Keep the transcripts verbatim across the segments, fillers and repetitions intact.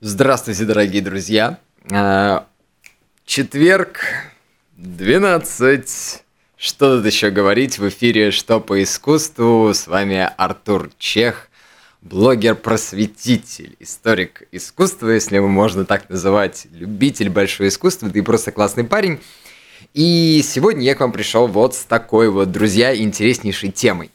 Здравствуйте, дорогие друзья. А, Четверг, двенадцать. Что тут еще говорить? В эфире «Что по искусству?» С вами Артур Чех, блогер-просветитель, историк искусства, если его можно так называть, любитель большого искусства, да и просто классный парень. И сегодня я к вам пришел вот с такой вот, друзья, интереснейшей темой.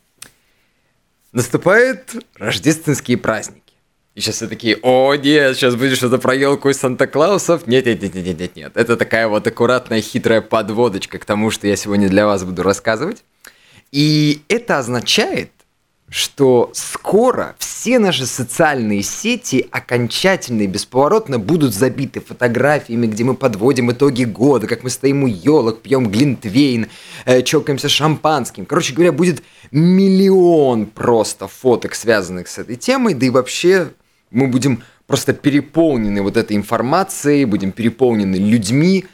Наступают рождественские праздники. И сейчас все такие: о, нет, сейчас будет что-то про елку и Санта-Клаусов. Нет, нет, нет, нет, нет, нет. Это такая вот аккуратная, хитрая подводочка к тому, что я сегодня для вас буду рассказывать. И это означает, что скоро все наши социальные сети окончательно и бесповоротно будут забиты фотографиями, где мы подводим итоги года, как мы стоим у елок, пьем глинтвейн, э, чокаемся шампанским. Короче говоря, будет миллион просто фоток, связанных с этой темой, да и вообще мы будем просто переполнены вот этой информацией, будем переполнены людьми.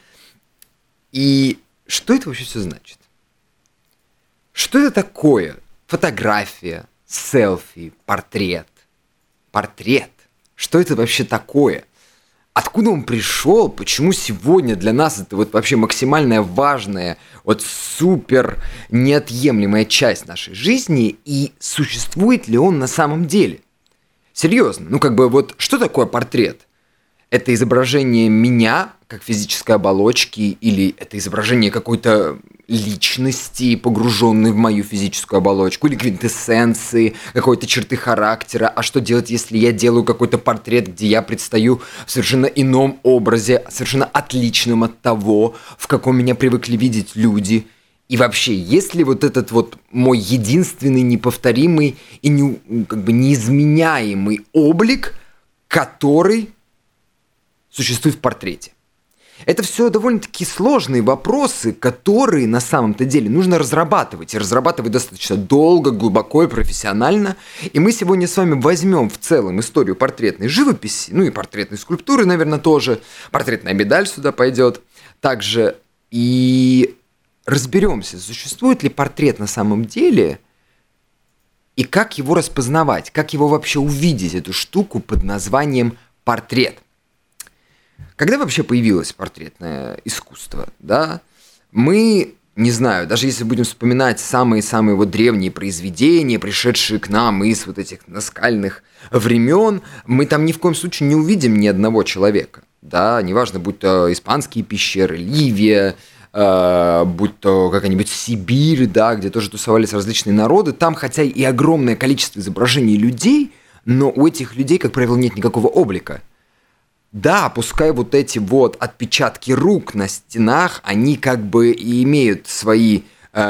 И что это вообще все значит? Что это такое? Фотография, селфи, портрет. Портрет. Что это вообще такое? Откуда он пришел? Почему сегодня для нас это вот вообще максимальная важная, вот супер неотъемлемая часть нашей жизни? И существует ли он на самом деле? Серьезно, ну как бы вот что такое портрет? Это изображение меня, как физической оболочки, или это изображение какой-то личности, погруженной в мою физическую оболочку, или квинтэссенции, какой-то черты характера. А что делать, если я делаю какой-то портрет, где я предстаю в совершенно ином образе, совершенно отличном от того, в каком меня привыкли видеть люди? И вообще, есть ли вот этот вот мой единственный, неповторимый и не, как бы неизменяемый облик, который существует в портрете? Это все довольно-таки сложные вопросы, которые на самом-то деле нужно разрабатывать. И разрабатывать достаточно долго, глубоко и профессионально. И мы сегодня с вами возьмем в целом историю портретной живописи, ну и портретной скульптуры, наверное, тоже. Портретная медаль сюда пойдет. Также и разберемся, существует ли портрет на самом деле, и как его распознавать, как его вообще увидеть, эту штуку под названием портрет. Когда вообще появилось портретное искусство, да? Мы, не знаю, даже если будем вспоминать самые-самые вот древние произведения, пришедшие к нам из вот этих наскальных времен, мы там ни в коем случае не увидим ни одного человека, да? Неважно, будь то испанские пещеры, Ливия, э, будь то какая-нибудь Сибирь, да, где тоже тусовались различные народы, там хотя и огромное количество изображений людей, но у этих людей, как правило, нет никакого облика. Да, пускай вот эти вот отпечатки рук на стенах, они как бы и имеют свои,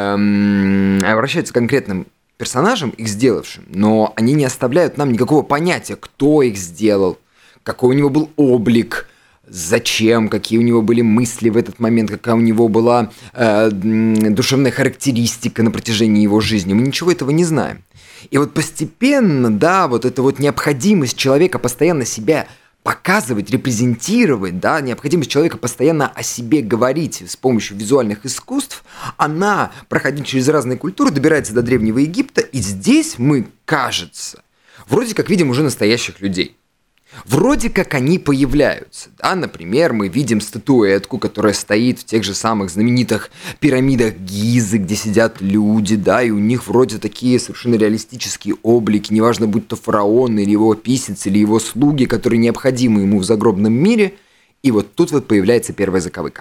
эм, обращаются к конкретным персонажам, их сделавшим, но они не оставляют нам никакого понятия, кто их сделал, какой у него был облик, зачем, какие у него были мысли в этот момент, какая у него была э, душевная характеристика на протяжении его жизни. Мы ничего этого не знаем. И вот постепенно, да, вот эта вот необходимость человека постоянно себя показывать, репрезентировать, да, необходимость человека постоянно о себе говорить с помощью визуальных искусств, она, проходя через разные культуры, добирается до Древнего Египта, и здесь мы, кажется, вроде как видим уже настоящих людей. Вроде как они появляются, да, например, мы видим статуэтку, которая стоит в тех же самых знаменитых пирамидах Гизы, где сидят люди, да, и у них вроде такие совершенно реалистические облики, неважно, будь то фараон или его писец, или его слуги, которые необходимы ему в загробном мире, и вот тут вот появляется первая заковыка.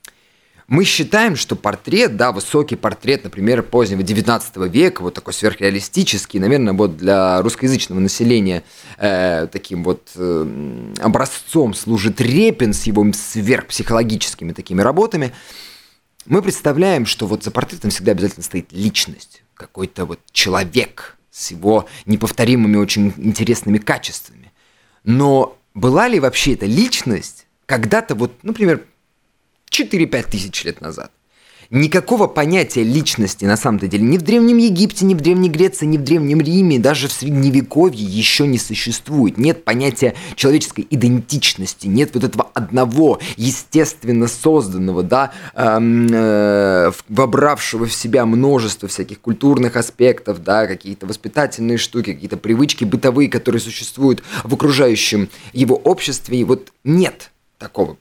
Мы считаем, что портрет, да, высокий портрет, например, позднего девятнадцатого века, вот такой сверхреалистический, наверное, вот для русскоязычного населения э, таким вот э, образцом служит Репин с его сверхпсихологическими такими работами. Мы представляем, что вот за портретом всегда обязательно стоит личность, какой-то вот человек с его неповторимыми, очень интересными качествами. Но была ли вообще эта личность когда-то, вот, например, четыре-пять тысяч лет назад? Никакого понятия личности на самом-то деле ни в Древнем Египте, ни в Древней Греции, ни в Древнем Риме, даже в Средневековье еще не существует. Нет понятия человеческой идентичности, нет вот этого одного естественно созданного, да, эм, э, вобравшего в себя множество всяких культурных аспектов, да, какие-то воспитательные штуки, какие-то привычки бытовые, которые существуют в окружающем его обществе. И вот нет такого.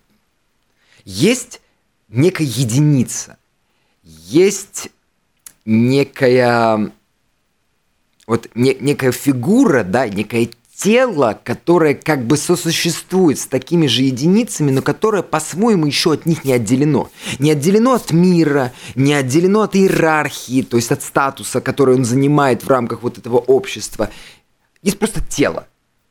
Есть некая единица. Есть некая, вот, не, некая фигура, да, некое тело, которое как бы сосуществует с такими же единицами, но которое по-своему еще от них не отделено. Не отделено от мира, не отделено от иерархии, то есть от статуса, который он занимает в рамках вот этого общества. Есть просто тело.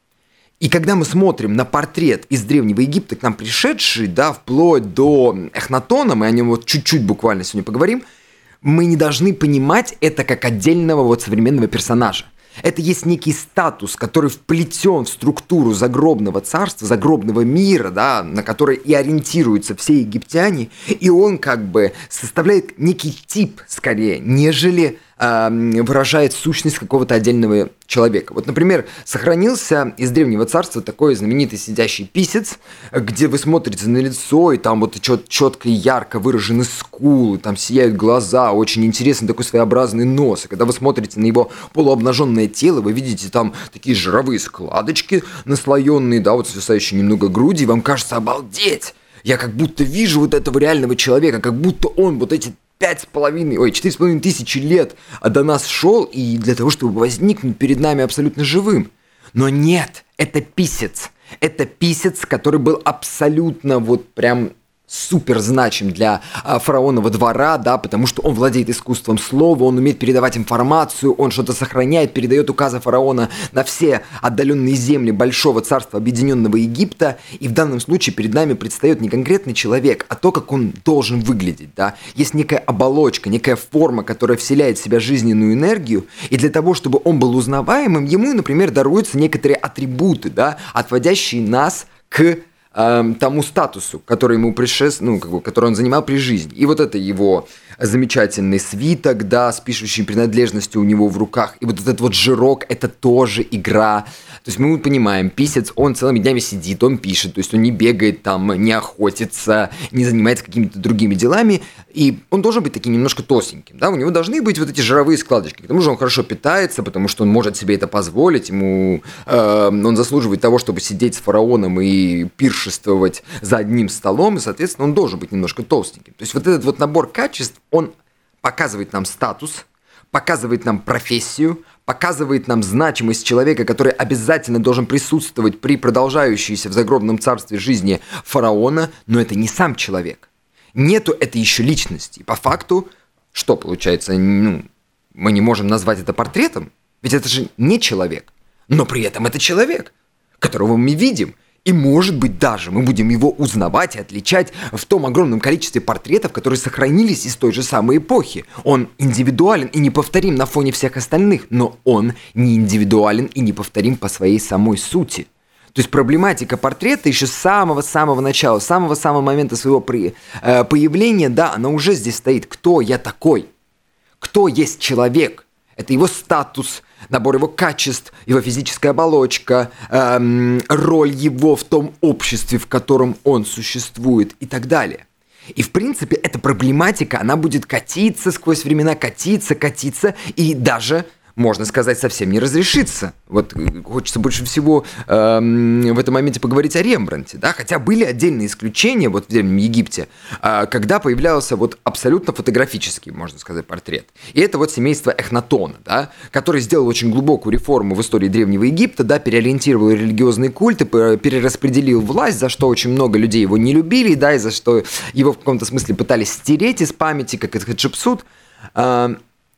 И когда мы смотрим на портрет из Древнего Египта, к нам пришедший, да, вплоть до Эхнатона, мы о нем вот чуть-чуть буквально сегодня поговорим, мы не должны понимать это как отдельного вот современного персонажа. Это есть некий статус, который вплетен в структуру загробного царства, загробного мира, да, на который и ориентируются все египтяне, и он как бы составляет некий тип, скорее, нежели э, выражает сущность какого-то отдельного человека. Вот, например, сохранился из Древнего Царства такой знаменитый сидящий писец, где вы смотрите на лицо, и там вот чет- четко и ярко выражены скулы, там сияют глаза, очень интересный такой своеобразный нос. И когда вы смотрите на его полуобнаженное тело, вы видите там такие жировые складочки наслоенные, да, вот свисающие немного груди, и вам кажется, обалдеть! Я как будто вижу вот этого реального человека, как будто он вот эти пять с половиной, ой, четыре с половиной тысячи лет до нас шел, и для того, чтобы возникнуть перед нами абсолютно живым. Но нет, это писец. Это писец, который был абсолютно вот прям супер значим для а, фараонова двора, да, потому что он владеет искусством слова, он умеет передавать информацию, он что-то сохраняет, передает указы фараона на все отдаленные земли большого царства Объединенного Египта, и в данном случае перед нами предстает не конкретный человек, а то, как он должен выглядеть, да. Есть некая оболочка, некая форма, которая вселяет в себя жизненную энергию, и для того, чтобы он был узнаваемым, ему, например, даруются некоторые атрибуты, да, отводящие нас к тому статусу, который ему предшеств... ну, как бы, который он занимал при жизни. И вот это его замечательный свиток, да, с пишущей принадлежностью у него в руках. И вот этот вот жирок, это тоже игра. То есть мы понимаем, писец, он целыми днями сидит, он пишет, то есть он не бегает там, не охотится, не занимается какими-то другими делами. И он должен быть таким немножко толстеньким, да, у него должны быть вот эти жировые складочки. К тому же он хорошо питается, потому что он может себе это позволить, ему, э, он заслуживает того, чтобы сидеть с фараоном и пиршествовать за одним столом, и, соответственно, он должен быть немножко толстеньким. То есть вот этот вот набор качеств, он показывает нам статус, показывает нам профессию, показывает нам значимость человека, который обязательно должен присутствовать при продолжающейся в загробном царстве жизни фараона, но это не сам человек. Нету этой еще личности. По факту, что получается, ну, мы не можем назвать это портретом, ведь это же не человек, но при этом это человек, которого мы видим. И, может быть, даже мы будем его узнавать и отличать в том огромном количестве портретов, которые сохранились из той же самой эпохи. Он индивидуален и неповторим на фоне всех остальных, но он не индивидуален и неповторим по своей самой сути. То есть проблематика портрета еще с самого-самого начала, с самого-самого момента своего при, э, появления, да, она уже здесь стоит. Кто я такой? Кто есть человек? Это его статус, набор его качеств, его физическая оболочка, эм, роль его в том обществе, в котором он существует и так далее. И, в принципе, эта проблематика, она будет катиться сквозь времена, катиться, катиться и даже, можно сказать, совсем не разрешиться. Вот хочется больше всего эм, в этом моменте поговорить о Рембрандте, да, хотя были отдельные исключения вот в Древнем Египте, э, когда появлялся вот абсолютно фотографический, можно сказать, портрет. И это вот семейство Эхнатона, да, который сделал очень глубокую реформу в истории Древнего Египта, да, переориентировал религиозные культы, перераспределил власть, за что очень много людей его не любили, да, и за что его в каком-то смысле пытались стереть из памяти, как это Хатшепсут. Э,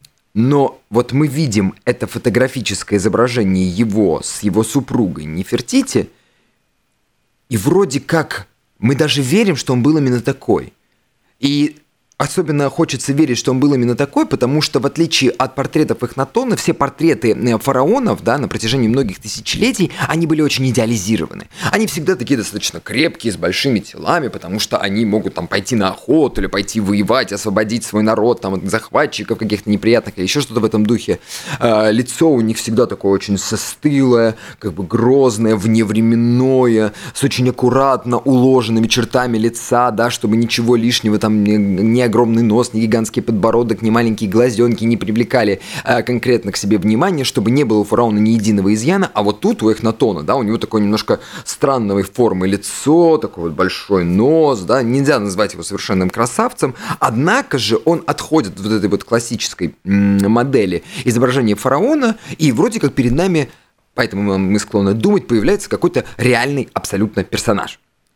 Но вот мы видим это фотографическое изображение его с его супругой Нефертити, и вроде как мы даже верим, что он был именно такой. И особенно хочется верить, что он был именно такой, потому что в отличие от портретов Эхнатона, все портреты фараонов, да, на протяжении многих тысячелетий, они были очень идеализированы. Они всегда такие достаточно крепкие, с большими телами, потому что они могут там пойти на охоту или пойти воевать, освободить свой народ там, от захватчиков каких-то неприятных или еще что-то в этом духе. Лицо у них всегда такое очень состылое, как бы грозное, вневременное, с очень аккуратно уложенными чертами лица, да, чтобы ничего лишнего там не огромный нос, ни гигантский подбородок, ни маленькие глазенки не привлекали а, конкретно к себе внимание, чтобы не было у фараона ни единого изъяна, а вот тут у Эхнатона, да, у него такое немножко странной формы лицо, такой вот большой нос, да, нельзя назвать его совершенным красавцем, однако же он отходит от вот этой вот классической м- модели изображения фараона, и вроде как перед нами, поэтому мы склонны думать, появляется какой-то реальный абсолютно персонаж.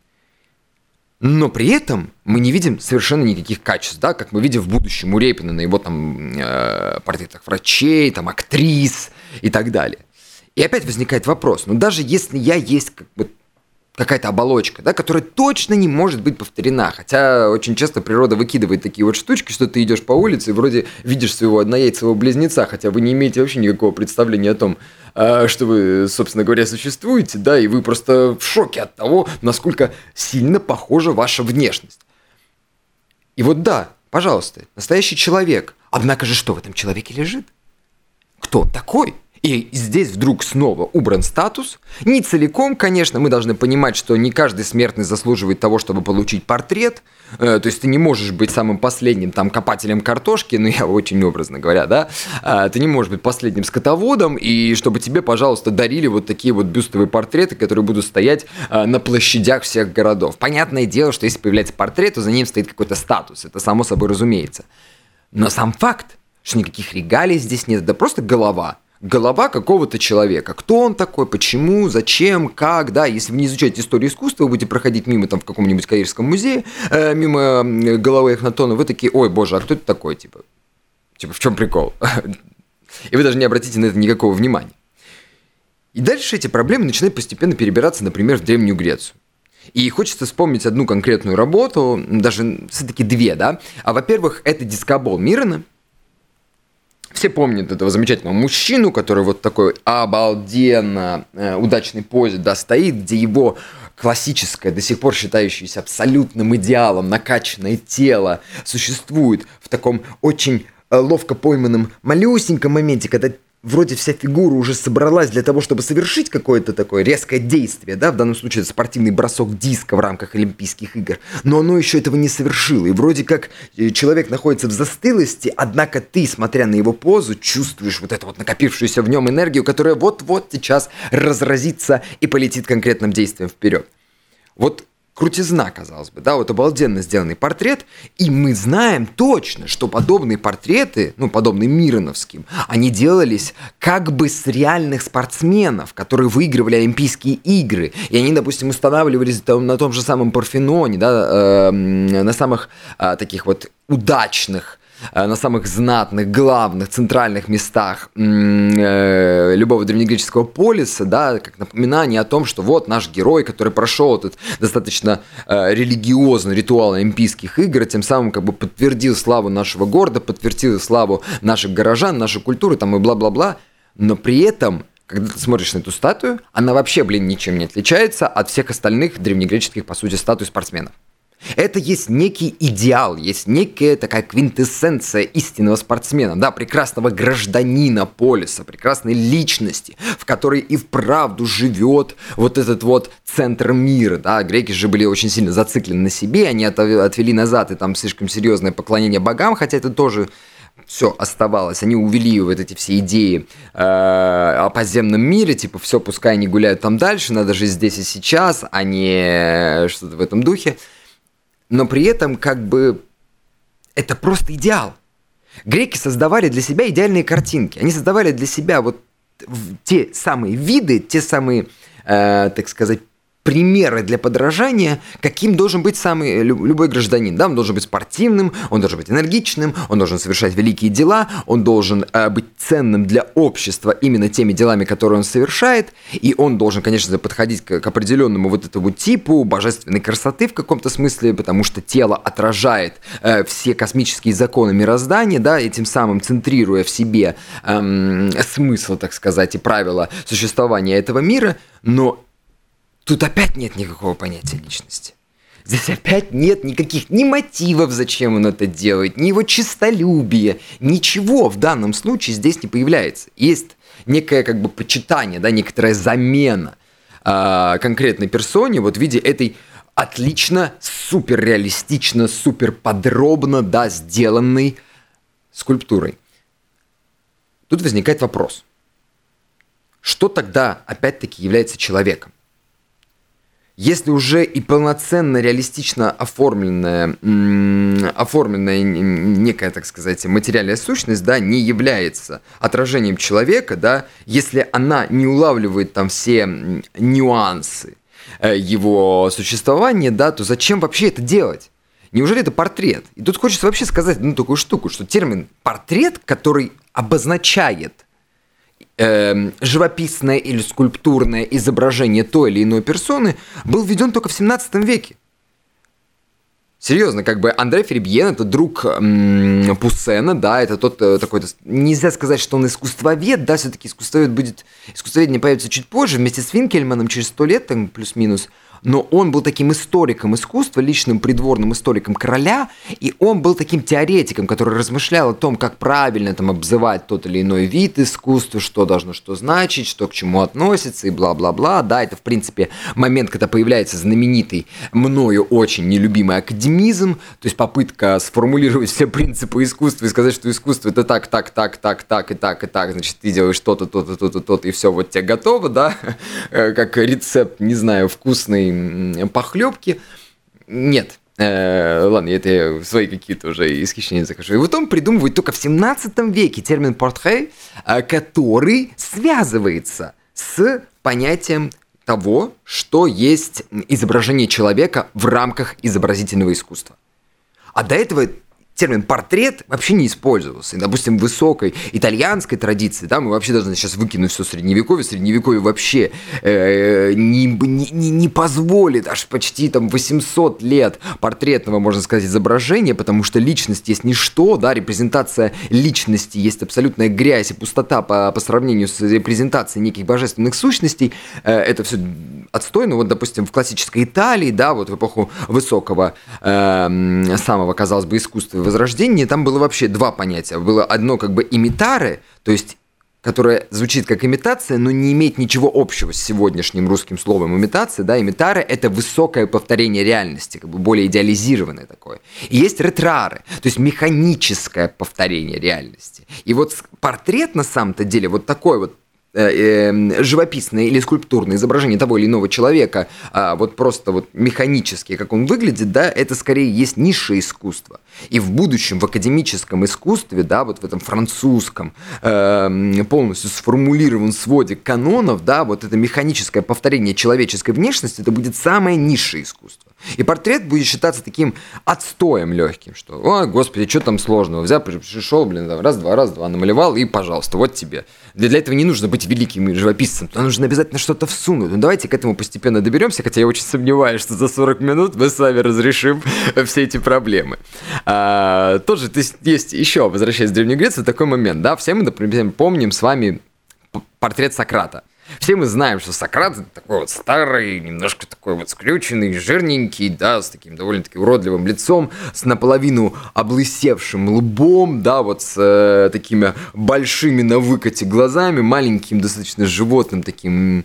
Но при этом мы не видим совершенно никаких качеств, да, как мы видим в будущем у Репина на его там э, портретах врачей, там актрис и так далее. И опять возникает вопрос, ну даже если я есть как бы какая-то оболочка, да, которая точно не может быть повторена, хотя очень часто природа выкидывает такие вот штучки, что ты идешь по улице и вроде видишь своего однояйцевого близнеца, хотя вы не имеете вообще никакого представления о том, что вы, собственно говоря, существуете, да, и вы просто в шоке от того, насколько сильно похожа ваша внешность. И вот да, пожалуйста, настоящий человек, однако же что в этом человеке лежит? Кто он такой? И здесь вдруг снова убран статус. Не целиком, конечно, мы должны понимать, что не каждый смертный заслуживает того, чтобы получить портрет. Э, то есть ты не можешь быть самым последним там копателем картошки, ну я очень образно говоря, да. Э, ты не можешь быть последним скотоводом, и чтобы тебе, пожалуйста, дарили вот такие вот бюстовые портреты, которые будут стоять э, на площадях всех городов. Понятное дело, что если появляется портрет, то за ним стоит какой-то статус. Это само собой разумеется. Но сам факт, что никаких регалий здесь нет, это просто голова. Голова какого-то человека. Кто он такой, почему, зачем, как, да. Если вы не изучаете историю искусства, вы будете проходить мимо там в каком-нибудь Каирском музее, э, мимо головы Эхнатона, вы такие, ой, боже, а кто это такой, типа? Типа, в чем прикол? И вы даже не обратите на это никакого внимания. И дальше эти проблемы начинают постепенно перебираться, например, в Древнюю Грецию. И хочется вспомнить одну конкретную работу, даже все-таки две, да. А, во-первых, это Дискобол Мирона. Все помнят этого замечательного мужчину, который вот такой обалденно э, удачной позе, да, стоит, где его классическое, до сих пор считающееся абсолютным идеалом накачанное тело существует в таком очень э, ловко пойманном малюсеньком моменте, когда вроде вся фигура уже собралась для того, чтобы совершить какое-то такое резкое действие, да, в данном случае это спортивный бросок диска в рамках Олимпийских игр, но оно еще этого не совершило, и вроде как человек находится в застылости, однако ты, смотря на его позу, чувствуешь вот эту вот накопившуюся в нем энергию, которая вот-вот сейчас разразится и полетит конкретным действием вперед. Вот крутизна, казалось бы, да, вот обалденно сделанный портрет, и мы знаем точно, что подобные портреты, ну, подобные Мироновским, они делались как бы с реальных спортсменов, которые выигрывали Олимпийские игры, и они, допустим, устанавливались там, на том же самом Парфеноне, да, э, на самых э, таких вот удачных, на самых знатных, главных, центральных местах э, любого древнегреческого полиса, да, как напоминание о том, что вот наш герой, который прошел этот достаточно э, религиозный ритуал Олимпийских игр, тем самым как бы подтвердил славу нашего города, подтвердил славу наших горожан, нашей культуры там и бла-бла-бла, но при этом, когда ты смотришь на эту статую, она вообще, блин, ничем не отличается от всех остальных древнегреческих, по сути, статуй спортсменов. Это есть некий идеал, есть некая такая квинтэссенция истинного спортсмена, да, прекрасного гражданина полиса, прекрасной личности, в которой и вправду живет вот этот вот центр мира, да, греки же были очень сильно зациклены на себе, они отвели назад и там слишком серьезное поклонение богам, хотя это тоже все оставалось, они увели вот эти все идеи э, о подземном мире, типа все, пускай они гуляют там дальше, надо жить здесь и сейчас, а не что-то в этом духе. Но при этом как бы это просто идеал. Греки создавали для себя идеальные картинки. Они создавали для себя вот те самые виды, те самые, э, так сказать, примеры для подражания, каким должен быть самый любой гражданин. Да? Он должен быть спортивным, он должен быть энергичным, он должен совершать великие дела, он должен э, быть ценным для общества именно теми делами, которые он совершает, и он должен, конечно же, подходить к, к определенному вот этому типу божественной красоты в каком-то смысле, потому что тело отражает э, все космические законы мироздания, да, и тем самым центрируя в себе э, смысл, так сказать, и правила существования этого мира, но тут опять нет никакого понятия личности. Здесь опять нет никаких ни мотивов, зачем он это делает, ни его честолюбия, ничего в данном случае здесь не появляется. Есть некое как бы почитание, да, некоторая замена э, конкретной персоне вот в виде этой отлично, суперреалистично, суперподробно, да, сделанной скульптурой. Тут возникает вопрос. Что тогда опять-таки является человеком? Если уже и полноценно, реалистично оформленная, м- оформленная некая, так сказать, материальная сущность, да, не является отражением человека, да, если она не улавливает там все нюансы э, его существования, да, то зачем вообще это делать? Неужели это портрет? И тут хочется вообще сказать ну, такую штуку, что термин «портрет», который обозначает Э, живописное или скульптурное изображение той или иной персоны, был введен только в семнадцатом веке. Серьезно, как бы Андре Фербьен, это друг м- Пуссена, да, это тот э, такой, нельзя сказать, что он искусствовед, да, все-таки искусствовед будет, искусствоведение появится чуть позже, вместе с Винкельманом через сто лет, там, плюс-минус, но он был таким историком искусства, личным придворным историком короля, и он был таким теоретиком, который размышлял о том, как правильно там обзывать тот или иной вид искусства, что должно что значить, что к чему относится, и бла-бла-бла. Да, это, в принципе, момент, когда появляется знаменитый, мною очень нелюбимый академизм, то есть попытка сформулировать все принципы искусства и сказать, что искусство это так, так, так, так, так, и так, и так, значит, ты делаешь то-то, то-то, то-то, то-то, и все, вот тебе готово, да, как рецепт, не знаю, вкусный похлебки. Нет. Э, ладно, это я свои какие-то уже исхищения захожу. И вот он придумывает только в семнадцатом веке термин «портрет», который связывается с понятием того, что есть изображение человека в рамках изобразительного искусства. А до этого термин «портрет» вообще не использовался. И, допустим, в высокой итальянской традиции, да, мы вообще должны сейчас выкинуть все средневековье, средневековье вообще э, не, не, не позволит аж почти там восемьсот лет портретного, можно сказать, изображения, потому что личность есть ничто, да, репрезентация личности есть абсолютная грязь и пустота по, по сравнению с репрезентацией неких божественных сущностей. Э, это все отстойно. Вот, допустим, в классической Италии, да, вот в эпоху высокого, э, самого, казалось бы, искусства Возрождении, там было вообще два понятия. Было одно как бы имитаре, то есть которое звучит как имитация, но не имеет ничего общего с сегодняшним русским словом имитация, да, имитаре – это высокое повторение реальности, как бы более идеализированное такое. И есть ретраре, то есть механическое повторение реальности. И вот портрет на самом-то деле вот такой вот живописное или скульптурное изображение того или иного человека, а вот просто вот механически, как он выглядит, да, это скорее есть низшее искусство. И в будущем в академическом искусстве, да, вот в этом французском э, полностью сформулирован своде канонов, да, вот это механическое повторение человеческой внешности, это будет самое низшее искусство. И портрет будет считаться таким отстоем легким, что, о, господи, что там сложного, взял, пришел, блин, там, раз-два, раз-два, намалевал, и, пожалуйста, вот тебе. Для, для этого не нужно быть великим живописцем, туда нужно обязательно что-то всунуть. Ну, давайте к этому постепенно доберемся, хотя я очень сомневаюсь, что за сорок минут мы с вами разрешим все эти проблемы. А, тоже есть еще, возвращаясь в Древнюю Грецию, такой момент, да, все мы, например, помним с вами портрет Сократа. Все мы знаем, что Сократ такой вот старый, немножко такой вот скрюченный, жирненький, да, с таким довольно-таки уродливым лицом, с наполовину облысевшим лбом, да, вот с э, такими большими на выкате глазами, маленьким достаточно животным таким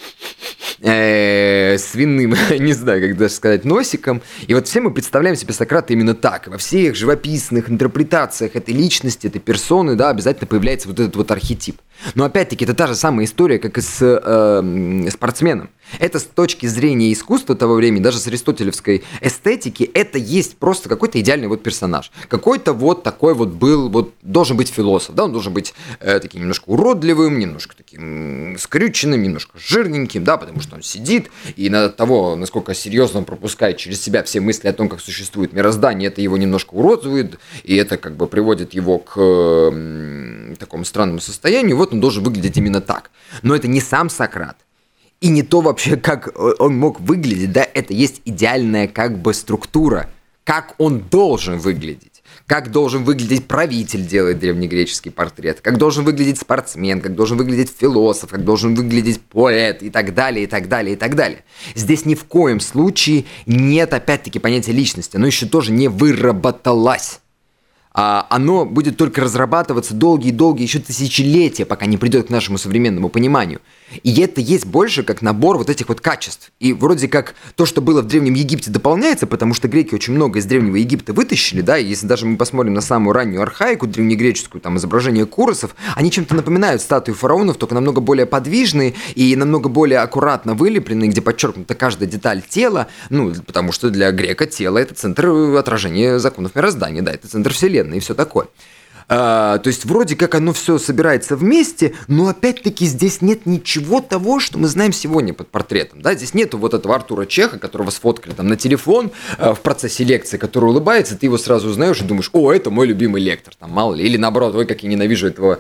э, свиным, не знаю, как даже сказать, носиком. И вот все мы представляем себе Сократа именно так. И во всех живописных интерпретациях этой личности, этой персоны, да, обязательно появляется вот этот вот архетип. Но опять-таки это та же самая история, как и с э, спортсменом. Это с точки зрения искусства того времени, даже с аристотелевской эстетики, это есть просто какой-то идеальный вот персонаж. Какой-то вот такой вот был, вот должен быть философ, да, он должен быть э, таким немножко уродливым, немножко таким скрюченным, немножко жирненьким, да, потому что он сидит, и от того, насколько серьезно он пропускает через себя все мысли о том, как существует мироздание, это его немножко уродует, и это как бы приводит его к э, такому странному состоянию, вот он должен выглядеть именно так. Но это не сам Сократ. И не то вообще, как он мог выглядеть, да, это есть идеальная как бы структура, как он должен выглядеть, как должен выглядеть правитель, делает древнегреческий портрет, как должен выглядеть спортсмен, как должен выглядеть философ, как должен выглядеть поэт и так далее, и так далее, и так далее. Здесь ни в коем случае нет, опять-таки, понятия личности, оно еще тоже не выработалось. А оно будет только разрабатываться долгие-долгие, еще тысячелетия, пока не придет к нашему современному пониманию. И это есть больше как набор вот этих вот качеств. И вроде как то, что было в Древнем Египте, дополняется, потому что греки очень много из Древнего Египта вытащили, да, и если даже мы посмотрим на самую раннюю архаику древнегреческую, там, изображение куросов, они чем-то напоминают статуи фараонов, только намного более подвижные и намного более аккуратно вылепленные, где подчеркнута каждая деталь тела, ну, потому что для грека тело — это центр отражения законов мироздания, да, это центр вселенной и все такое. А, то есть вроде как оно все собирается вместе, но опять-таки здесь нет ничего того, что мы знаем сегодня под портретом. Да? Здесь нету вот этого Артура Чеха, которого сфоткали там на телефон а, в процессе лекции, который улыбается, ты его сразу узнаешь и думаешь: о, это мой любимый лектор, там, мало ли. Или наоборот: ой, как я ненавижу этого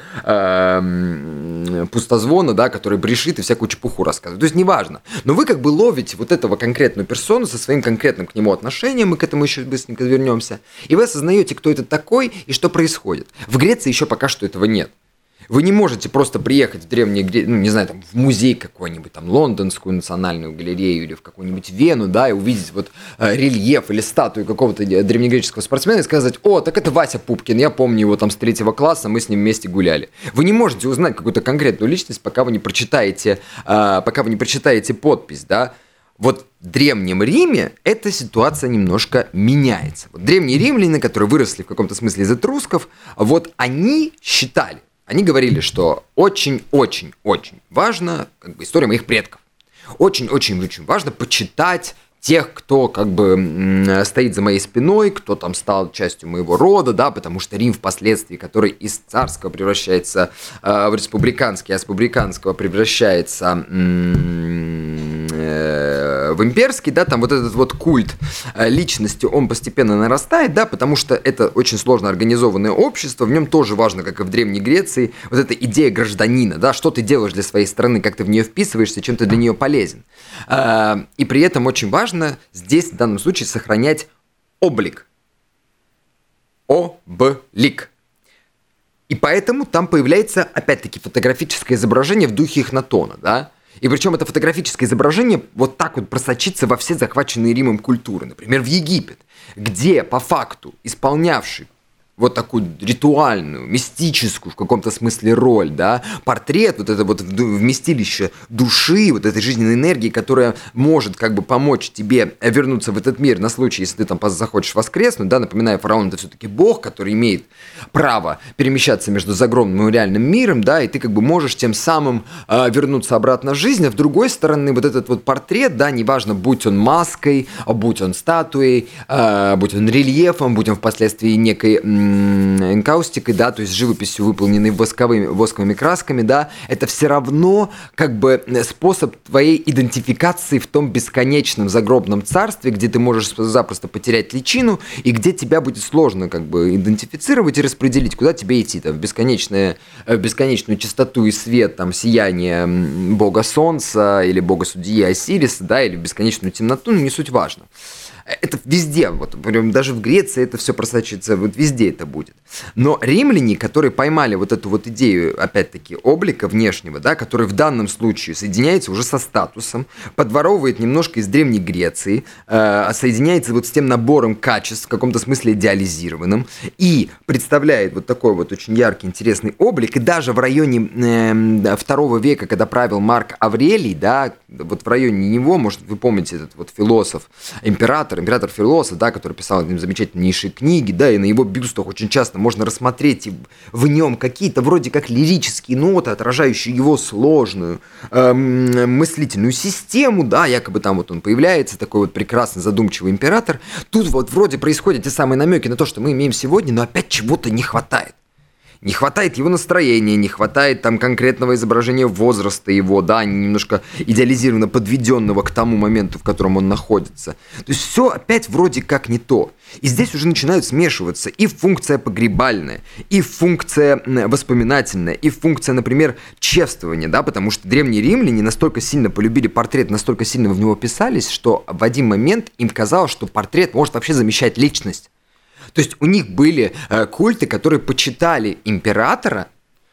э, пустозвона, да, который брешит и всякую чепуху рассказывает. То есть неважно. Но вы как бы ловите вот этого конкретную персону со своим конкретным к нему отношением, мы к этому еще быстренько вернемся, и вы осознаете, кто это такой и что происходит. В Греции еще пока что этого нет. Вы не можете просто приехать в древние, ну, не знаю, там, в музей какой-нибудь, там, Лондонскую национальную галерею или в какую-нибудь Вену, да, и увидеть вот э, рельеф или статую какого-то древнегреческого спортсмена и сказать: о, так это Вася Пупкин, я помню его там с третьего класса, мы с ним вместе гуляли. Вы не можете узнать какую-то конкретную личность, пока вы не прочитаете, э, пока вы не прочитаете подпись, да. Вот в Древнем Риме эта ситуация немножко меняется. Вот древние римляне, которые выросли в каком-то смысле из этрусков, вот они считали, они говорили, что очень-очень-очень важно, как бы, история моих предков. Очень-очень-очень важно почитать тех, кто как бы стоит за моей спиной, кто там стал частью моего рода, да, потому что Рим впоследствии, который из царского превращается э, в республиканский, а с республиканского превращается э, в имперский, да, там вот этот вот культ э, личности, он постепенно нарастает, да, потому что это очень сложно организованное общество, в нем тоже важно, как и в Древней Греции, вот эта идея гражданина, да, что ты делаешь для своей страны, как ты в нее вписываешься, чем ты для нее полезен. Э, и при этом очень важно здесь в данном случае сохранять облик. Облик. И поэтому там появляется, опять-таки, фотографическое изображение в духе Эхнатона, да? И причем это фотографическое изображение вот так вот просочится во все захваченные Римом культуры. Например, в Египет, где по факту исполнявший вот такую ритуальную, мистическую в каком-то смысле роль, да, портрет, вот это вот вместилище души, вот этой жизненной энергии, которая может как бы помочь тебе вернуться в этот мир на случай, если ты там захочешь воскреснуть, да, напоминаю, фараон — это все-таки бог, который имеет право перемещаться между загробным и реальным миром, да, и ты как бы можешь тем самым э, вернуться обратно в жизнь, а с другой стороны вот этот вот портрет, да, неважно, будь он маской, будь он статуей, э, будь он рельефом, будь он впоследствии некой энкаустикой, да, то есть живописью, выполненной восковыми, восковыми красками, да, это все равно как бы способ твоей идентификации в том бесконечном загробном царстве, где ты можешь запросто потерять личину и где тебя будет сложно как бы идентифицировать и распределить, куда тебе идти, там, в, бесконечное, в бесконечную чистоту и свет, там, сияние бога солнца или бога судьи Осириса, да, или в бесконечную темноту, ну, не суть важно. Это везде, вот, даже в Греции это все просочится, вот везде это будет. Но римляне, которые поймали вот эту вот идею, опять-таки, облика внешнего, да, который в данном случае соединяется уже со статусом, подворовывает немножко из Древней Греции, э, соединяется вот с тем набором качеств, в каком-то смысле идеализированным, и представляет вот такой вот очень яркий, интересный облик, и даже в районе э, второго века, когда правил Марк Аврелий, да, вот в районе него, может, вы помните этот вот философ, император, император Философ, да, который писал замечательнейшие книги, да, и на его бюстах диалогах очень часто можно рассмотреть в нем какие-то вроде как лирические ноты, отражающие его сложную эм, мыслительную систему, да, якобы там вот он появляется, такой вот прекрасный задумчивый император. Тут вот вроде происходят те самые намеки на то, что мы имеем сегодня, но опять чего-то не хватает. Не хватает его настроения, не хватает там конкретного изображения возраста его, да, немножко идеализированно подведенного к тому моменту, в котором он находится. То есть все опять вроде как не то. И здесь уже начинают смешиваться и функция погребальная, и функция воспоминательная, и функция, например, чествования, да, потому что древние римляне настолько сильно полюбили портрет, настолько сильно в него писались, что в один момент им казалось, что портрет может вообще замещать личность. То есть у них были э, культы, которые почитали императора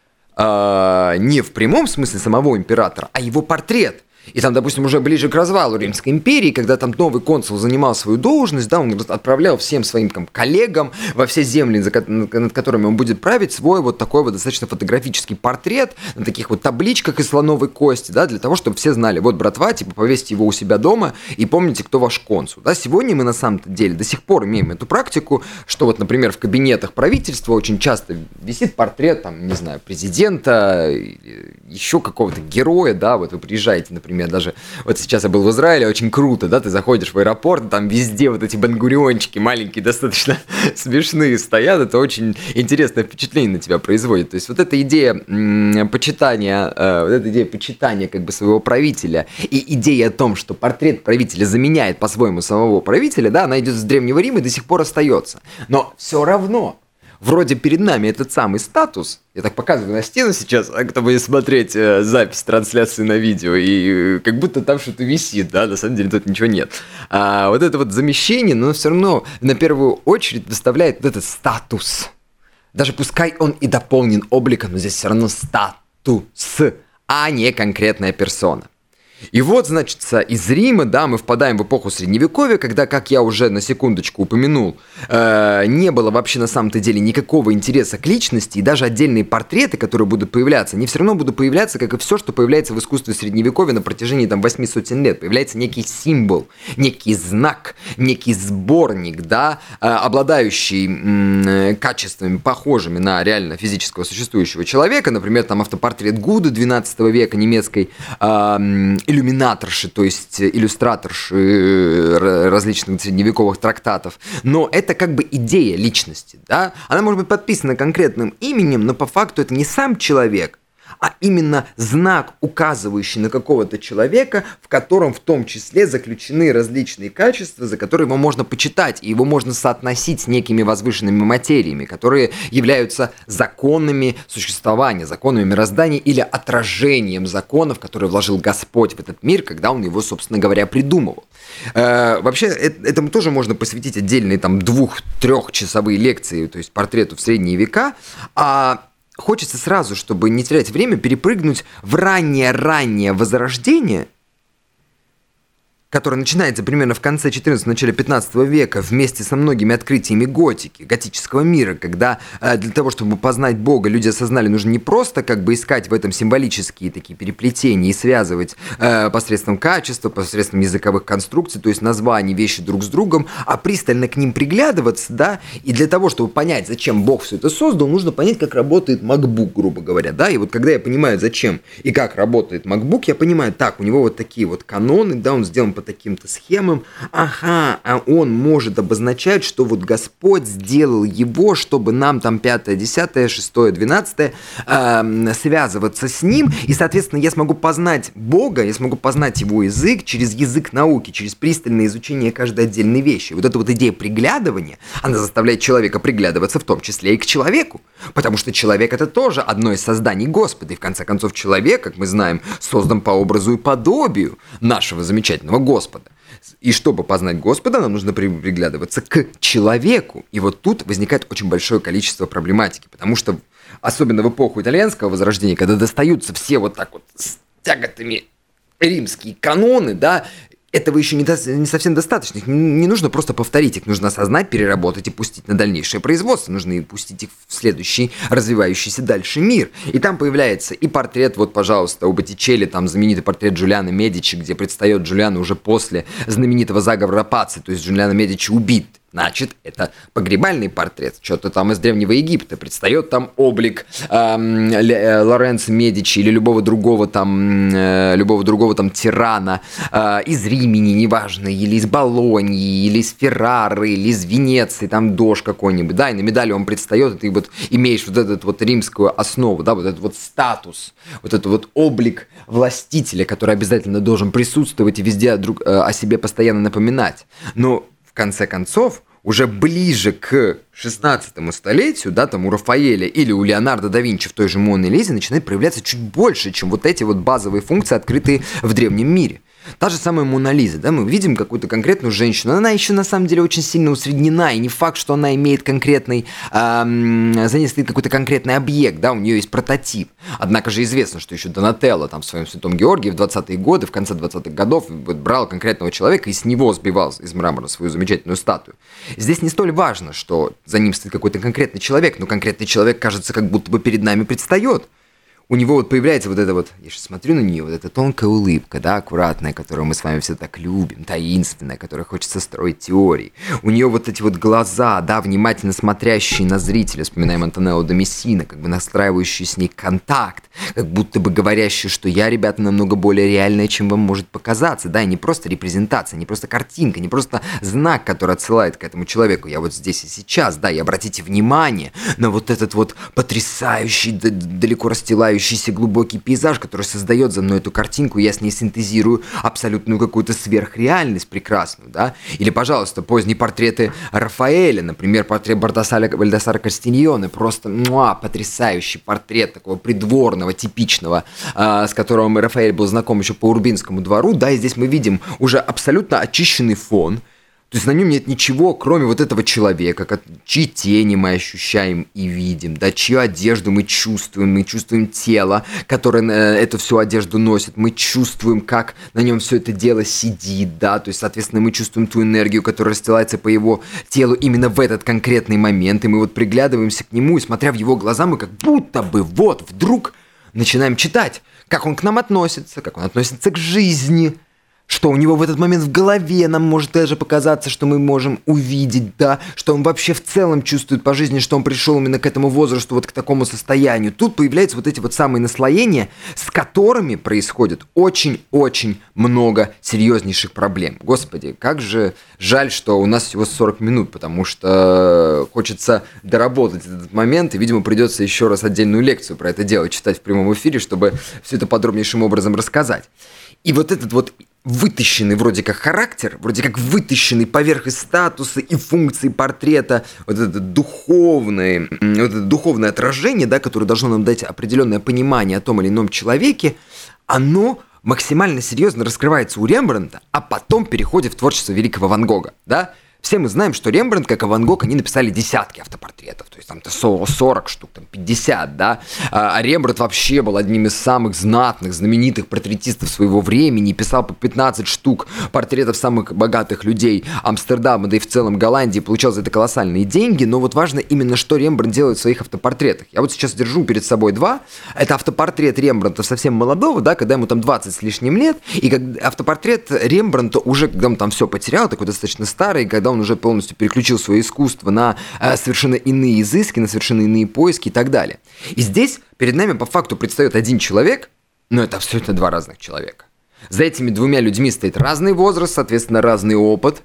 э, не в прямом смысле самого императора, а его портрет. И там, допустим, уже ближе к развалу Римской империи, когда там новый консул занимал свою должность, да, он отправлял всем своим там, коллегам во все земли, над которыми он будет править, свой вот такой вот достаточно фотографический портрет на таких вот табличках из слоновой кости, да, для того, чтобы все знали, вот, братва, типа, повесьте его у себя дома и помните, кто ваш консул. Да, сегодня мы на самом-то деле до сих пор имеем эту практику, что вот, например, в кабинетах правительства очень часто висит портрет, там, не знаю, президента, еще какого-то героя, да, вот вы приезжаете, например, Например, даже вот сейчас я был в Израиле, очень круто, да, ты заходишь в аэропорт, там везде вот эти бенгуриончики маленькие, достаточно смешные стоят, это очень интересное впечатление на тебя производит. То есть вот эта идея м- почитания, э, вот эта идея почитания как бы своего правителя и идея о том, что портрет правителя заменяет по-своему самого правителя, да, она идет с Древнего Рима и до сих пор остается. Но все равно вроде перед нами этот самый статус, я так показываю на стену сейчас, а кто будет смотреть э, запись трансляции на видео, и э, как будто там что-то висит, да, на самом деле тут ничего нет. А вот это вот замещение, но все равно на первую очередь доставляет вот этот статус. Даже пускай он и дополнен обликом, но здесь все равно статус, а не конкретная персона. И вот, значит, из Рима, да, мы впадаем в эпоху Средневековья, когда, как я уже на секундочку упомянул, э, не было вообще на самом-то деле никакого интереса к личности, и даже отдельные портреты, которые будут появляться, они все равно будут появляться, как и все, что появляется в искусстве Средневековья на протяжении там восьми сотен лет. Появляется некий символ, некий знак, некий сборник, да, э, обладающий м- качествами, похожими на реально физического существующего человека, например, там автопортрет Гуды двенадцатого века немецкой э, иллюминаторши, то есть иллюстраторши различных средневековых трактатов. Но это как бы идея личности, да? Она может быть подписана конкретным именем, но по факту это не сам человек, а именно знак, указывающий на какого-то человека, в котором в том числе заключены различные качества, за которые его можно почитать, и его можно соотносить с некими возвышенными материями, которые являются законами существования, законами мироздания или отражением законов, которые вложил Господь в этот мир, когда Он его, собственно говоря, придумывал. Э, вообще, этому тоже можно посвятить отдельные там двух-трехчасовые лекции, то есть портрету в средние века, а хочется сразу, чтобы не терять время, перепрыгнуть в раннее-раннее возрождение, которое начинается примерно в конце четырнадцатого, начале пятнадцатого века вместе со многими открытиями готики, готического мира, когда э, для того, чтобы познать Бога, люди осознали, нужно не просто как бы искать в этом символические такие переплетения и связывать э, посредством качества, посредством языковых конструкций, то есть названий, вещи друг с другом, а пристально к ним приглядываться, да, и для того, чтобы понять, зачем Бог все это создал, нужно понять, как работает MacBook, грубо говоря, да, и вот когда я понимаю, зачем и как работает MacBook, я понимаю, так, у него вот такие вот каноны, да, он сделан по таким-то схемам, ага, а он может обозначать, что вот Господь сделал его, чтобы нам там пятое, десятое, шестое, двенадцатое э, связываться с ним, и, соответственно, я смогу познать Бога, я смогу познать его язык через язык науки, через пристальное изучение каждой отдельной вещи. Вот эта вот идея приглядывания, она заставляет человека приглядываться в том числе и к человеку, потому что человек — это тоже одно из созданий Господа, и в конце концов человек, как мы знаем, создан по образу и подобию нашего замечательного Господа. Господа. И чтобы познать Господа, нам нужно приглядываться к человеку. И вот тут возникает очень большое количество проблематики, потому что, особенно в эпоху итальянского возрождения, когда достаются все вот так вот с тяготами римские каноны, да, этого еще не, до, не совсем достаточно. Их не нужно просто повторить, их нужно осознать, переработать и пустить на дальнейшее производство. Нужно и пустить их в следующий развивающийся дальше мир. И там появляется и портрет, вот, пожалуйста, у Боттичелли, там знаменитый портрет Джулиано Медичи, где предстает Джулиано уже после знаменитого заговора Пацци, то есть Джулиано Медичи убит Значит, это погребальный портрет, что-то там из Древнего Египта. Предстает там облик эм, Лоренцо Медичи или любого другого там, э, любого другого там тирана э, из Римени, неважно, или из Болоньи, или из Феррары, или из Венеции, там дож какой-нибудь, да, и на медали он предстает, и ты вот имеешь вот эту вот римскую основу, да, вот этот вот статус, вот этот вот облик властителя, который обязательно должен присутствовать и везде друг, э, о себе постоянно напоминать. Но в конце концов, уже ближе к шестнадцатому столетию, да, там у Рафаэля или у Леонардо да Винчи в той же Моне Лизе начинает проявляться чуть больше, чем вот эти вот базовые функции, открытые в древнем мире. Та же самая Мона Лиза, да, мы видим какую-то конкретную женщину, она еще на самом деле очень сильно усреднена, и не факт, что она имеет конкретный, эм, за ней стоит какой-то конкретный объект, да, у нее есть прототип. Однако же известно, что еще Донателло там в своем Святом Георгии в двадцатые годы, в конце двадцатых годов вот, брал конкретного человека и с него сбивал из мрамора свою замечательную статую. Здесь не столь важно, что за ним стоит какой-то конкретный человек, но конкретный человек, кажется, как будто бы перед нами предстает. У него вот появляется вот это вот, я сейчас смотрю на нее, вот эта тонкая улыбка, да, аккуратная, которую мы с вами все так любим, таинственная, которая хочется строить теории. У нее вот эти вот глаза, да, внимательно смотрящие на зрителя, вспоминаем Антонелло да Мессина, как бы настраивающие с ней контакт, как будто бы говорящие, что я, ребята, намного более реальная, чем вам может показаться, да, и не просто репрезентация, не просто картинка, не просто знак, который отсылает к этому человеку, я вот здесь и сейчас, да, и обратите внимание на вот этот вот потрясающий, далеко расстилающий глубокий пейзаж, который создает за мной эту картинку, я с ней синтезирую абсолютную какую-то сверхреальность прекрасную, да? Или, пожалуйста, поздние портреты Рафаэля, например, портрет Бальдасара, Бальдасара Кастильоне, просто муа, потрясающий портрет такого придворного, типичного, э, с которым Рафаэль был знаком еще по Урбинскому двору, да, и здесь мы видим уже абсолютно очищенный фон. То есть на нем нет ничего, кроме вот этого человека, чьи тени мы ощущаем и видим, да, чью одежду мы чувствуем, мы чувствуем тело, которое эту всю одежду носит, мы чувствуем, как на нем все это дело сидит, да, то есть, соответственно, мы чувствуем ту энергию, которая расстилается по его телу именно в этот конкретный момент, и мы вот приглядываемся к нему, и смотря в его глаза, мы как будто бы вот вдруг начинаем читать, как он к нам относится, как он относится к жизни, что у него в этот момент в голове нам может даже показаться, что мы можем увидеть, да, что он вообще в целом чувствует по жизни, что он пришел именно к этому возрасту, вот к такому состоянию. Тут появляются вот эти вот самые наслоения, с которыми происходит очень-очень много серьезнейших проблем. Господи, как же жаль, что у нас всего сорок минут, потому что хочется доработать этот момент, и, видимо, придется еще раз отдельную лекцию про это дело читать в прямом эфире, чтобы все это подробнейшим образом рассказать. И вот этот вот вытащенный вроде как характер, вроде как вытащенный поверх из статуса и функции портрета, вот это духовное, вот это духовное отражение, да, которое должно нам дать определенное понимание о том или ином человеке, оно максимально серьезно раскрывается у Рембрандта, а потом переходит в творчество великого Ван Гога, да? Все мы знаем, что Рембрандт, как и Ван Гог, они написали десятки автопортретов, то есть там-то сорок штук, там пятьдесят, да, а Рембрандт вообще был одним из самых знатных, знаменитых портретистов своего времени, писал по пятнадцать штук портретов самых богатых людей Амстердама, да и в целом Голландии, получал за это колоссальные деньги, но вот важно именно, что Рембрандт делает в своих автопортретах. Я вот сейчас держу перед собой два, это автопортрет Рембрандта совсем молодого, да, когда ему там двадцать с лишним лет, и как автопортрет Рембрандта уже, когда он там все потерял, такой достаточно старый, когда он уже полностью переключил свое искусство на э, совершенно иные изыски, на совершенно иные поиски и так далее. И здесь перед нами по факту предстает один человек, но это абсолютно два разных человека. За этими двумя людьми стоит разный возраст, соответственно, разный опыт,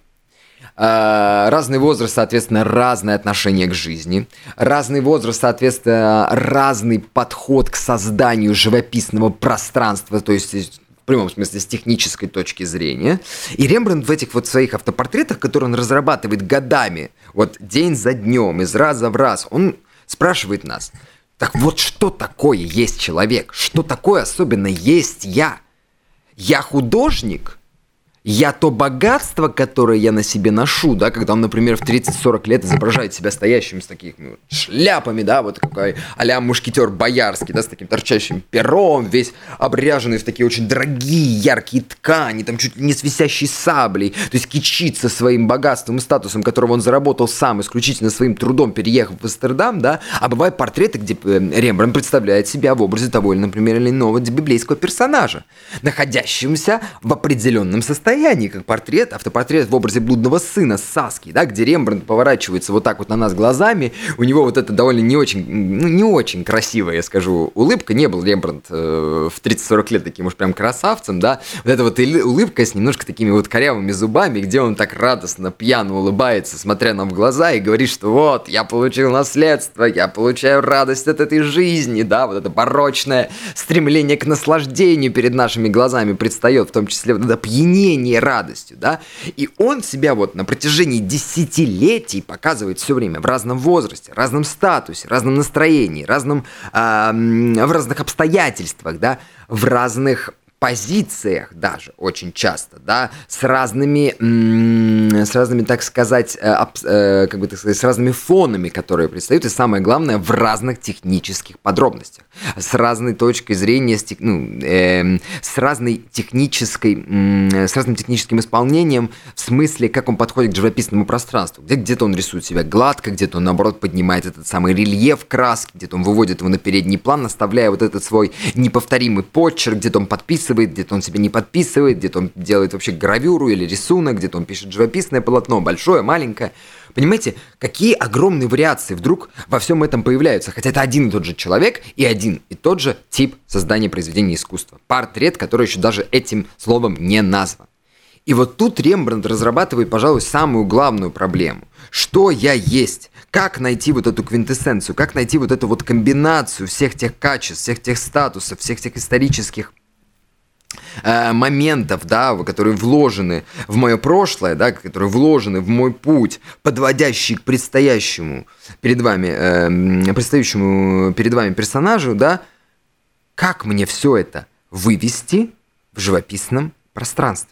э, разный возраст, соответственно, разное отношение к жизни, разный возраст, соответственно, разный подход к созданию живописного пространства, то есть в прямом смысле, с технической точки зрения. И Рембрандт в этих вот своих автопортретах, которые он разрабатывает годами, вот день за днем, из раза в раз, он спрашивает нас, так вот что такое есть человек? Что такое особенно есть я? Я художник? Я то богатство, которое я на себе ношу, да, когда он, например, в тридцать-сорок лет изображает себя стоящим с такими ну, шляпами, да, вот какой а-ля мушкетер боярский, да, с таким торчащим пером, весь обряженный в такие очень дорогие, яркие ткани, там чуть ли не с висящей саблей, то есть кичится своим богатством и статусом, которого он заработал сам, исключительно своим трудом, переехав в Амстердам, да, а бывают портреты, где Рембрандт представляет себя в образе того или, например, или иного библейского персонажа, находящегося в определенном состоянии. состоянии, как портрет, автопортрет в образе блудного сына Саски, да, где Рембрандт поворачивается вот так вот на нас глазами, у него вот это довольно не очень, ну, не очень красивая, я скажу, улыбка, не был Рембрандт э, в тридцать-сорок лет таким уж прям красавцем, да, вот эта вот улыбка с немножко такими вот корявыми зубами, где он так радостно, пьяно улыбается, смотря нам в глаза и говорит, что вот, я получил наследство, я получаю радость от этой жизни, да, вот это порочное стремление к наслаждению перед нашими глазами предстает, в том числе вот это опьянение радостью, да, и он себя вот на протяжении десятилетий показывает все время в разном возрасте, разном статусе, разном настроении, разном, э, в разных обстоятельствах, да, в разных позициях даже очень часто, да, с разными, с разными, так сказать, как бы так сказать, с разными фонами, которые предстают, и самое главное, в разных технических подробностях, с разной точкой зрения, ну, э, с разной технической, с разным техническим исполнением, в смысле, как он подходит к живописному пространству, где где-то он рисует себя гладко, где-то он, наоборот, поднимает этот самый рельеф краски, где-то он выводит его на передний план, оставляя вот этот свой неповторимый почерк, где-то он подписывает, где-то он себя не подписывает, где-то он делает вообще гравюру или рисунок, где-то он пишет живописное полотно, большое, маленькое. Понимаете, какие огромные вариации вдруг во всем этом появляются, хотя это один и тот же человек и один и тот же тип создания произведения искусства. Портрет, который еще даже этим словом не назван. И вот тут Рембрандт разрабатывает, пожалуй, самую главную проблему. Что я есть? Как найти вот эту квинтэссенцию? Как найти вот эту вот комбинацию всех тех качеств, всех тех статусов, всех тех исторических моментов, да, которые вложены в мое прошлое, да, которые вложены в мой путь, подводящий к предстоящему перед вами, э, предстоящему перед вами персонажу, да, как мне все это вывести в живописном пространстве?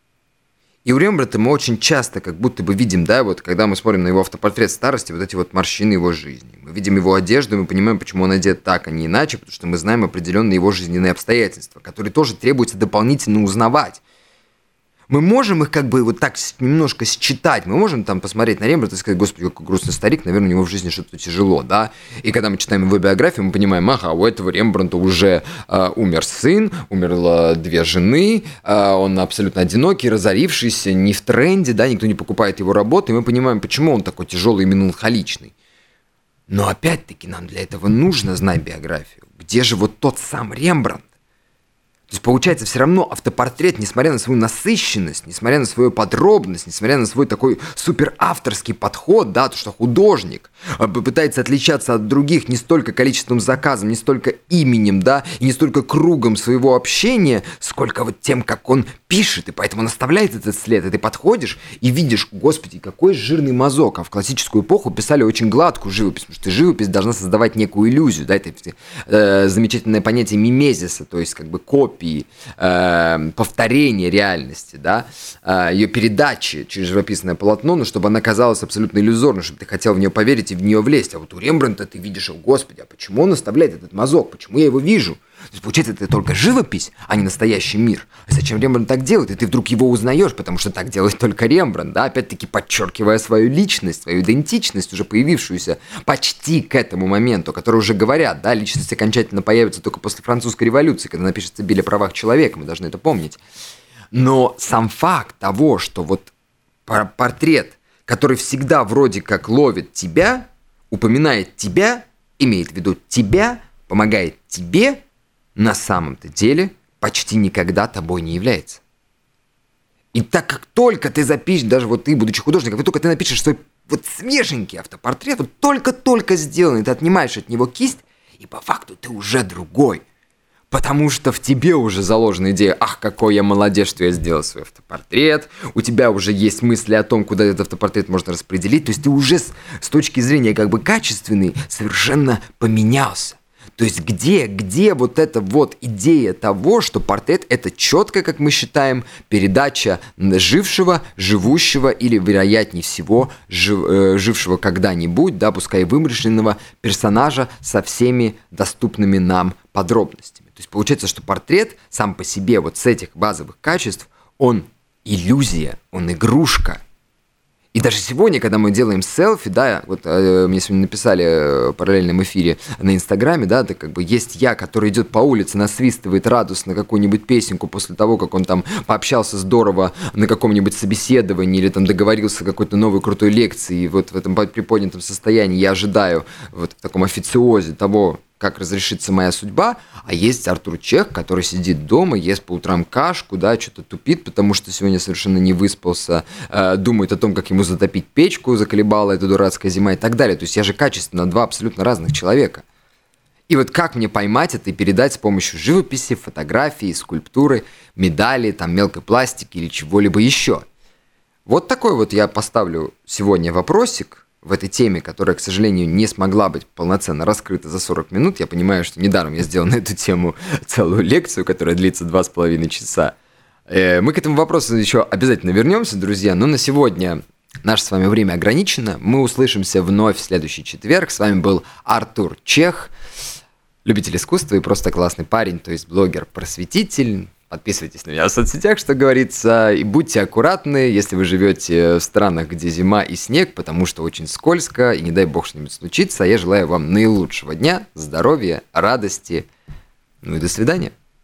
И у Рембрандта мы очень часто как будто бы видим, да, вот когда мы смотрим на его автопортрет старости, вот эти вот морщины его жизни. Мы видим его одежду, и мы понимаем, почему он одет так, а не иначе, потому что мы знаем определенные его жизненные обстоятельства, которые тоже требуется дополнительно узнавать. Мы можем их как бы вот так немножко считать, мы можем там посмотреть на Рембрандта и сказать, господи, какой грустный старик, наверное, у него в жизни что-то тяжело, да, и когда мы читаем его биографию, мы понимаем, ага, у этого Рембрандта уже э, умер сын, умерло две жены, э, он абсолютно одинокий, разорившийся, не в тренде, да, никто не покупает его работы, и мы понимаем, почему он такой тяжелый и меланхоличный. Но опять-таки нам для этого нужно знать биографию. Где же вот тот сам Рембрандт? То есть, получается, все равно автопортрет, несмотря на свою насыщенность, несмотря на свою подробность, несмотря на свой такой суперавторский подход, да, то, что художник пытается отличаться от других не столько количеством заказов, не столько именем, да, и не столько кругом своего общения, сколько вот тем, как он пишет, и поэтому он оставляет этот след, и ты подходишь и видишь, господи, какой жирный мазок, а в классическую эпоху писали очень гладкую живопись, потому что живопись должна создавать некую иллюзию, да, это э, замечательное понятие мимезиса, то есть как бы копия, Э, повторение реальности, да, э, ее передачи через живописное полотно, но чтобы она казалась абсолютно иллюзорной, чтобы ты хотел в нее поверить и в нее влезть. А вот у Рембрандта ты видишь, о господи, а почему он оставляет этот мазок, почему я его вижу? То есть, получается, это только живопись, а не настоящий мир. А зачем Рембрандт так делает? И ты вдруг его узнаешь, потому что так делает только Рембрандт, да, опять-таки подчеркивая свою личность, свою идентичность, уже появившуюся почти к этому моменту, о которой уже говорят, да, личность окончательно появится только после французской революции, когда напишется Биль о правах человека, мы должны это помнить. Но сам факт того, что вот портрет, который всегда вроде как ловит тебя, упоминает тебя, имеет в виду тебя, помогает тебе, на самом-то деле почти никогда тобой не является. И так как только ты запишешь, даже вот ты, будучи художником, как только ты напишешь свой вот свеженький автопортрет, вот только-только сделанный, ты отнимаешь от него кисть, и по факту ты уже другой. Потому что в тебе уже заложена идея, ах, какой я молодец, что я сделал свой автопортрет, у тебя уже есть мысли о том, куда этот автопортрет можно распределить, то есть ты уже с, с точки зрения как бы качественной совершенно поменялся. То есть где, где вот эта вот идея того, что портрет — это четко, как мы считаем, передача жившего, живущего или, вероятнее всего, жив, э, жившего когда-нибудь, да, пускай вымышленного персонажа со всеми доступными нам подробностями. То есть получается, что портрет сам по себе вот с этих базовых качеств, он иллюзия, он игрушка. И даже сегодня, когда мы делаем селфи, да, вот э, мне сегодня написали в параллельном эфире на Инстаграме, да, это как бы есть я, который идет по улице, насвистывает радостно какую-нибудь песенку после того, как он там пообщался здорово на каком-нибудь собеседовании или там договорился о какой-то новой крутой лекции, и вот в этом приподнятом состоянии я ожидаю вот в таком официозе того, как разрешится моя судьба, а есть Артур Чех, который сидит дома, ест по утрам кашку, да, что-то тупит, потому что сегодня совершенно не выспался, э, думает о том, как ему затопить печку, заколебала эта дурацкая зима и так далее. То есть я же качественно два абсолютно разных человека. И вот как мне поймать это и передать с помощью живописи, фотографии, скульптуры, медали, там, мелкой пластики или чего-либо еще? Вот такой вот я поставлю сегодня вопросик в этой теме, которая, к сожалению, не смогла быть полноценно раскрыта за сорок минут. Я понимаю, что недаром я сделал на эту тему целую лекцию, которая длится два с половиной часа. Мы к этому вопросу еще обязательно вернемся, друзья, но на сегодня наше с вами время ограничено. Мы услышимся вновь в следующий четверг. С вами был Артур Чех, любитель искусства и просто классный парень, то есть блогер-просветитель. Подписывайтесь на меня в соцсетях, что говорится, и будьте аккуратны, если вы живете в странах, где зима и снег, потому что очень скользко, и не дай бог что-нибудь случится. А я желаю вам наилучшего дня, здоровья, радости, ну и до свидания.